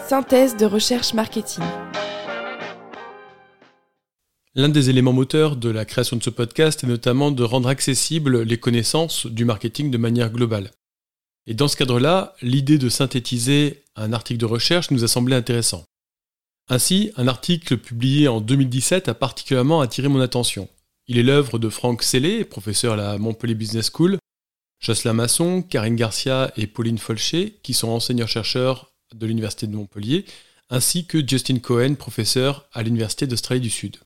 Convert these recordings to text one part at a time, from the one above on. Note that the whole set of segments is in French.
Synthèse de recherche marketing. L'un des éléments moteurs de la création de ce podcast est notamment de rendre accessibles les connaissances du marketing de manière globale. Et dans ce cadre-là, l'idée de synthétiser un article de recherche nous a semblé intéressant. Ainsi, un article publié en 2017 a particulièrement attiré mon attention. Il est l'œuvre de Franck Sellé, professeur à la Montpellier Business School, Jocelyn Masson, Karine Garcia et Pauline Folcher, qui sont enseignants-chercheurs de l'Université de Montpellier, ainsi que Justin Cohen, professeur à l'Université d'Australie du Sud.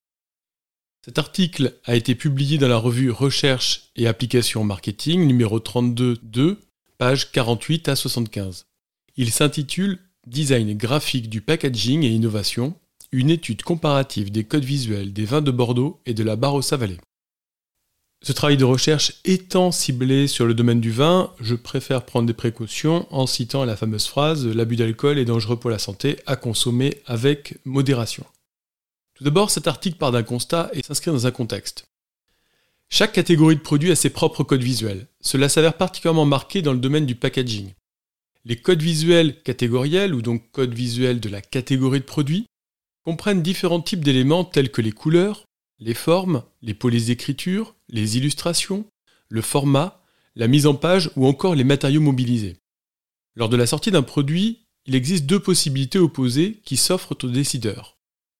Cet article a été publié dans la revue Recherche et Applications Marketing, numéro 32-2, pages 48 à 75. Il s'intitule « Design graphique du packaging et innovation, une étude comparative des codes visuels des vins de Bordeaux et de la Barossa-Vallée ». Ce travail de recherche étant ciblé sur le domaine du vin, je préfère prendre des précautions en citant la fameuse phrase « L'abus d'alcool est dangereux pour la santé, à consommer avec modération ». Tout d'abord, cet article part d'un constat et s'inscrit dans un contexte. Chaque catégorie de produits a ses propres codes visuels. Cela s'avère particulièrement marqué dans le domaine du packaging. Les codes visuels catégoriels, ou donc codes visuels de la catégorie de produits, comprennent différents types d'éléments tels que les couleurs, les formes, les polices d'écriture, les illustrations, le format, la mise en page ou encore les matériaux mobilisés. Lors de la sortie d'un produit, il existe deux possibilités opposées qui s'offrent aux décideurs.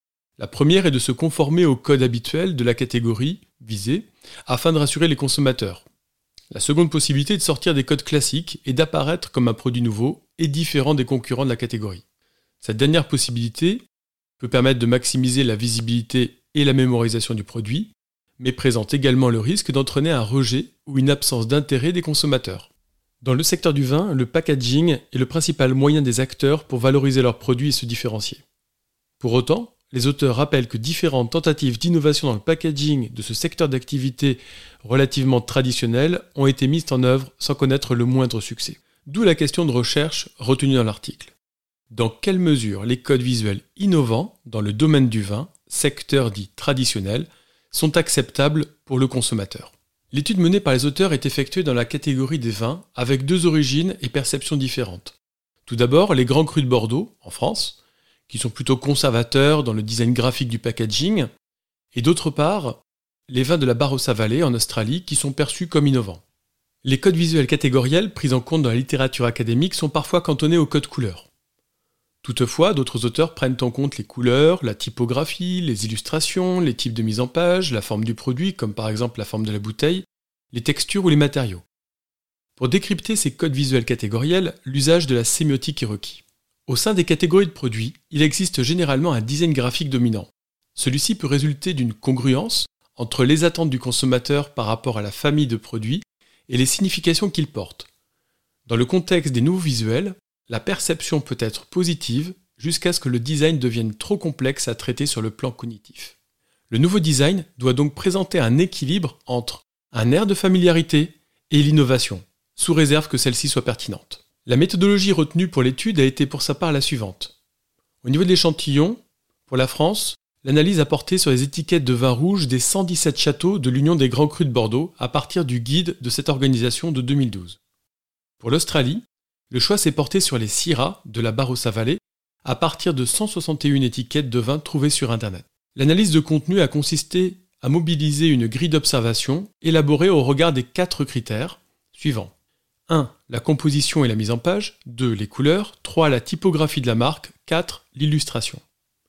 La première est de se conformer au code habituel de la catégorie visée afin de rassurer les consommateurs. La seconde possibilité est de sortir des codes classiques et d'apparaître comme un produit nouveau et différent des concurrents de la catégorie. Cette dernière possibilité peut permettre de maximiser la visibilité et la mémorisation du produit, mais présente également le risque d'entraîner un rejet ou une absence d'intérêt des consommateurs. Dans le secteur du vin, le packaging est le principal moyen des acteurs pour valoriser leurs produits et se différencier. Pour autant, les auteurs rappellent que différentes tentatives d'innovation dans le packaging de ce secteur d'activité relativement traditionnel ont été mises en œuvre sans connaître le moindre succès. D'où la question de recherche retenue dans l'article. Dans quelle mesure les codes visuels innovants dans le domaine du vin, secteur dit traditionnel, sont acceptables pour le consommateur? L'étude menée par les auteurs est effectuée dans la catégorie des vins avec deux origines et perceptions différentes. Tout d'abord, les grands crus de Bordeaux, en France, qui sont plutôt conservateurs dans le design graphique du packaging, et d'autre part, les vins de la Barossa-Vallée en Australie qui sont perçus comme innovants. Les codes visuels catégoriels pris en compte dans la littérature académique sont parfois cantonnés aux codes couleurs. Toutefois, d'autres auteurs prennent en compte les couleurs, la typographie, les illustrations, les types de mise en page, la forme du produit, comme par exemple la forme de la bouteille, les textures ou les matériaux. Pour décrypter ces codes visuels catégoriels, l'usage de la sémiotique est requis. Au sein des catégories de produits, il existe généralement un design graphique dominant. Celui-ci peut résulter d'une congruence entre les attentes du consommateur par rapport à la famille de produits et les significations qu'ils portent. Dans le contexte des nouveaux visuels, la perception peut être positive jusqu'à ce que le design devienne trop complexe à traiter sur le plan cognitif. Le nouveau design doit donc présenter un équilibre entre un air de familiarité et l'innovation, sous réserve que celle-ci soit pertinente. La méthodologie retenue pour l'étude a été pour sa part la suivante. Au niveau de l'échantillon, pour la France, l'analyse a porté sur les étiquettes de vin rouge des 117 châteaux de l'Union des Grands Crus de Bordeaux à partir du guide de cette organisation de 2012. Pour l'Australie, le choix s'est porté sur les Syrah de la Barossa-Vallée à partir de 161 étiquettes de vin trouvées sur Internet. L'analyse de contenu a consisté à mobiliser une grille d'observation élaborée au regard des 4 critères suivants. 1. La composition et la mise en page. 2. Les couleurs. 3. La typographie de la marque. 4. L'illustration.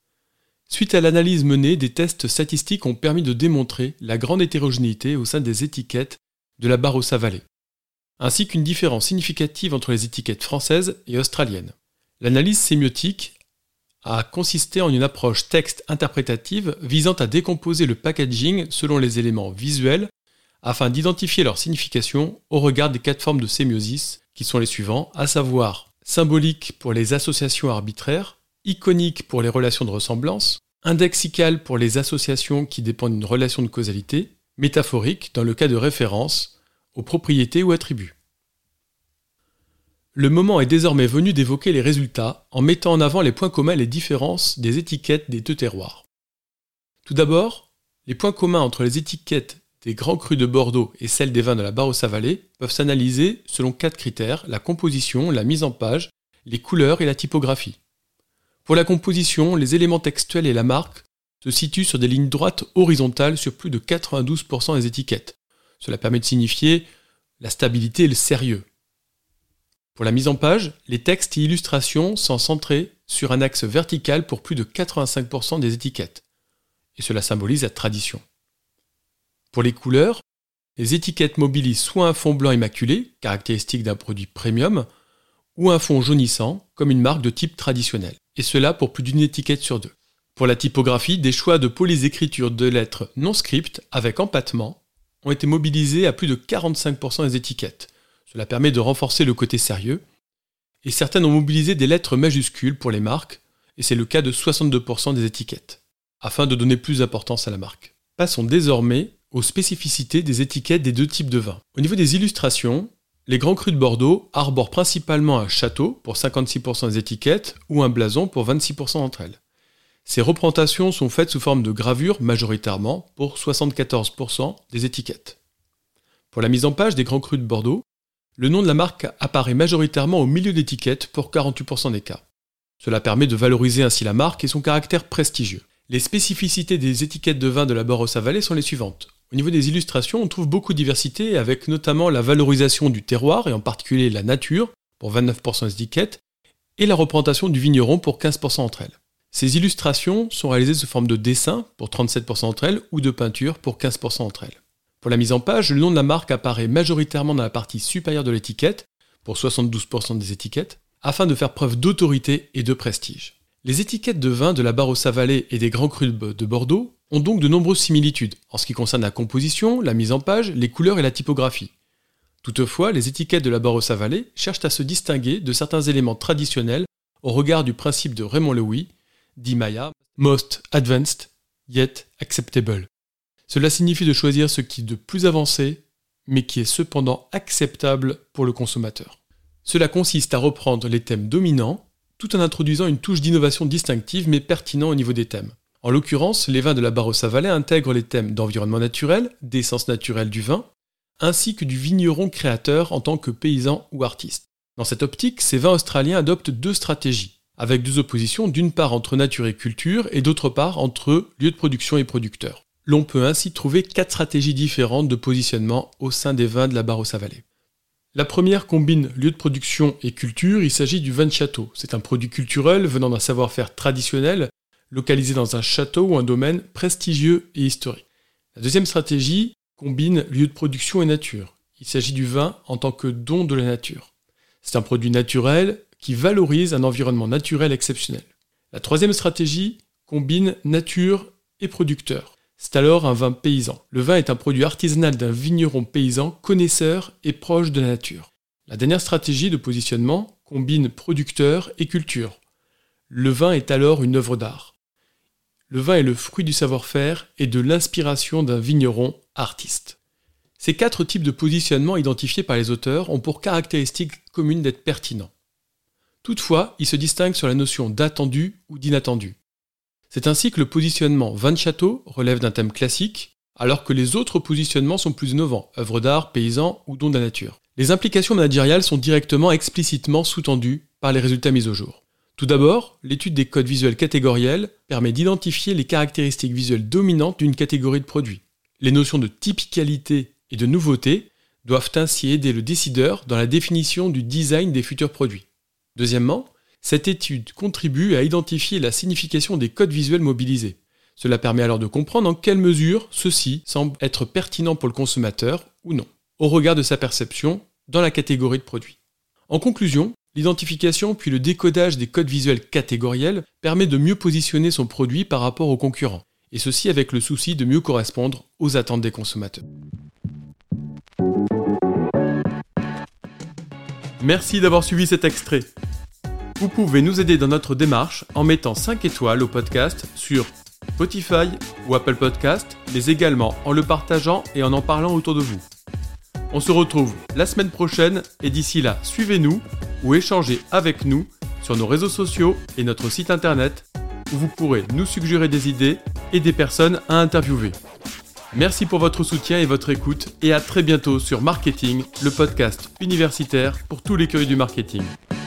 Suite à l'analyse menée, des tests statistiques ont permis de démontrer la grande hétérogénéité au sein des étiquettes de la Barossa-Vallée, ainsi qu'une différence significative entre les étiquettes françaises et australiennes. L'analyse sémiotique a consisté en une approche texte interprétative visant à décomposer le packaging selon les éléments visuels afin d'identifier leur signification au regard des 4 formes de sémiosis qui sont les suivants, à savoir symbolique pour les associations arbitraires, iconique pour les relations de ressemblance, indexical pour les associations qui dépendent d'une relation de causalité, métaphorique dans le cas de référence aux propriétés ou attributs. Le moment est désormais venu d'évoquer les résultats en mettant en avant les points communs et les différences des étiquettes des deux terroirs. Tout d'abord, les points communs entre les étiquettes des grands crus de Bordeaux et celles des vins de la Barossa-Vallée peuvent s'analyser selon 4 critères, la composition, la mise en page, les couleurs et la typographie. Pour la composition, les éléments textuels et la marque se situent sur des lignes droites horizontales sur plus de 92% des étiquettes. Cela permet de signifier la stabilité et le sérieux. Pour la mise en page, les textes et illustrations sont centrés sur un axe vertical pour plus de 85% des étiquettes. Et cela symbolise la tradition. Pour les couleurs, les étiquettes mobilisent soit un fond blanc immaculé, caractéristique d'un produit premium, ou un fond jaunissant, comme une marque de type traditionnel. Et cela pour plus d'une étiquette sur deux. Pour la typographie, des choix de police d'écriture de lettres non script avec empattement ont été mobilisés à plus de 45% des étiquettes. Cela permet de renforcer le côté sérieux. Et certaines ont mobilisé des lettres majuscules pour les marques, et c'est le cas de 62% des étiquettes, afin de donner plus d'importance à la marque. Passons désormais aux spécificités des étiquettes des deux types de vins. Au niveau des illustrations, les grands crus de Bordeaux arborent principalement un château pour 56% des étiquettes ou un blason pour 26% d'entre elles. Ces représentations sont faites sous forme de gravure majoritairement pour 74% des étiquettes. Pour la mise en page des grands crus de Bordeaux, le nom de la marque apparaît majoritairement au milieu d'étiquettes pour 48% des cas. Cela permet de valoriser ainsi la marque et son caractère prestigieux. Les spécificités des étiquettes de vin de la Barossa-Vallée sont les suivantes. Au niveau des illustrations, on trouve beaucoup de diversité avec notamment la valorisation du terroir et en particulier la nature pour 29% des étiquettes et la représentation du vigneron pour 15% d'entre elles. Ces illustrations sont réalisées sous forme de dessin pour 37% d'entre elles ou de peinture pour 15% d'entre elles. Pour la mise en page, le nom de la marque apparaît majoritairement dans la partie supérieure de l'étiquette pour 72% des étiquettes afin de faire preuve d'autorité et de prestige. Les étiquettes de vin de la Barossa-Vallée et des grands crus de Bordeaux ont donc de nombreuses similitudes en ce qui concerne la composition, la mise en page, les couleurs et la typographie. Toutefois, les étiquettes de la Barossa-Vallée cherchent à se distinguer de certains éléments traditionnels au regard du principe de Raymond Loewy, dit Maya, most advanced, yet acceptable. Cela signifie de choisir ce qui est de plus avancé, mais qui est cependant acceptable pour le consommateur. Cela consiste à reprendre les thèmes dominants, tout en introduisant une touche d'innovation distinctive mais pertinent au niveau des thèmes. En l'occurrence, les vins de la Barossa-Vallée intègrent les thèmes d'environnement naturel, d'essence naturelle du vin, ainsi que du vigneron créateur en tant que paysan ou artiste. Dans cette optique, ces vins australiens adoptent deux stratégies, avec deux oppositions, d'une part entre nature et culture, et d'autre part entre lieu de production et producteur. L'on peut ainsi trouver 4 stratégies différentes de positionnement au sein des vins de la Barossa-Vallée. La première combine lieu de production et culture, il s'agit du vin de château. C'est un produit culturel venant d'un savoir-faire traditionnel, localisé dans un château ou un domaine prestigieux et historique. La deuxième stratégie combine lieu de production et nature. Il s'agit du vin en tant que don de la nature. C'est un produit naturel qui valorise un environnement naturel exceptionnel. La troisième stratégie combine nature et producteur. C'est alors un vin paysan. Le vin est un produit artisanal d'un vigneron paysan connaisseur et proche de la nature. La dernière stratégie de positionnement combine producteur et culture. Le vin est alors une œuvre d'art. Le vin est le fruit du savoir-faire et de l'inspiration d'un vigneron artiste. Ces 4 types de positionnement identifiés par les auteurs ont pour caractéristique commune d'être pertinents. Toutefois, ils se distinguent sur la notion d'attendu ou d'inattendu. C'est ainsi que le positionnement vin de château relève d'un thème classique, alors que les autres positionnements sont plus innovants, œuvres d'art, paysans ou don de la nature. Les implications managériales sont directement explicitement sous-tendues par les résultats mis au jour. Tout d'abord, l'étude des codes visuels catégoriels permet d'identifier les caractéristiques visuelles dominantes d'une catégorie de produits. Les notions de typicalité et de nouveauté doivent ainsi aider le décideur dans la définition du design des futurs produits. Deuxièmement, cette étude contribue à identifier la signification des codes visuels mobilisés. Cela permet alors de comprendre en quelle mesure ceux-ci semblent être pertinents pour le consommateur ou non, au regard de sa perception dans la catégorie de produits. En conclusion, l'identification puis le décodage des codes visuels catégoriels permet de mieux positionner son produit par rapport aux concurrents, et ceci avec le souci de mieux correspondre aux attentes des consommateurs. Merci d'avoir suivi cet extrait. Vous pouvez nous aider dans notre démarche en mettant 5 étoiles au podcast sur Spotify ou Apple Podcast, mais également en le partageant et en parlant autour de vous. On se retrouve la semaine prochaine et d'ici là, suivez-nous ou échangez avec nous sur nos réseaux sociaux et notre site internet où vous pourrez nous suggérer des idées et des personnes à interviewer. Merci pour votre soutien et votre écoute et à très bientôt sur Marketing, le podcast universitaire pour tous les curieux du marketing.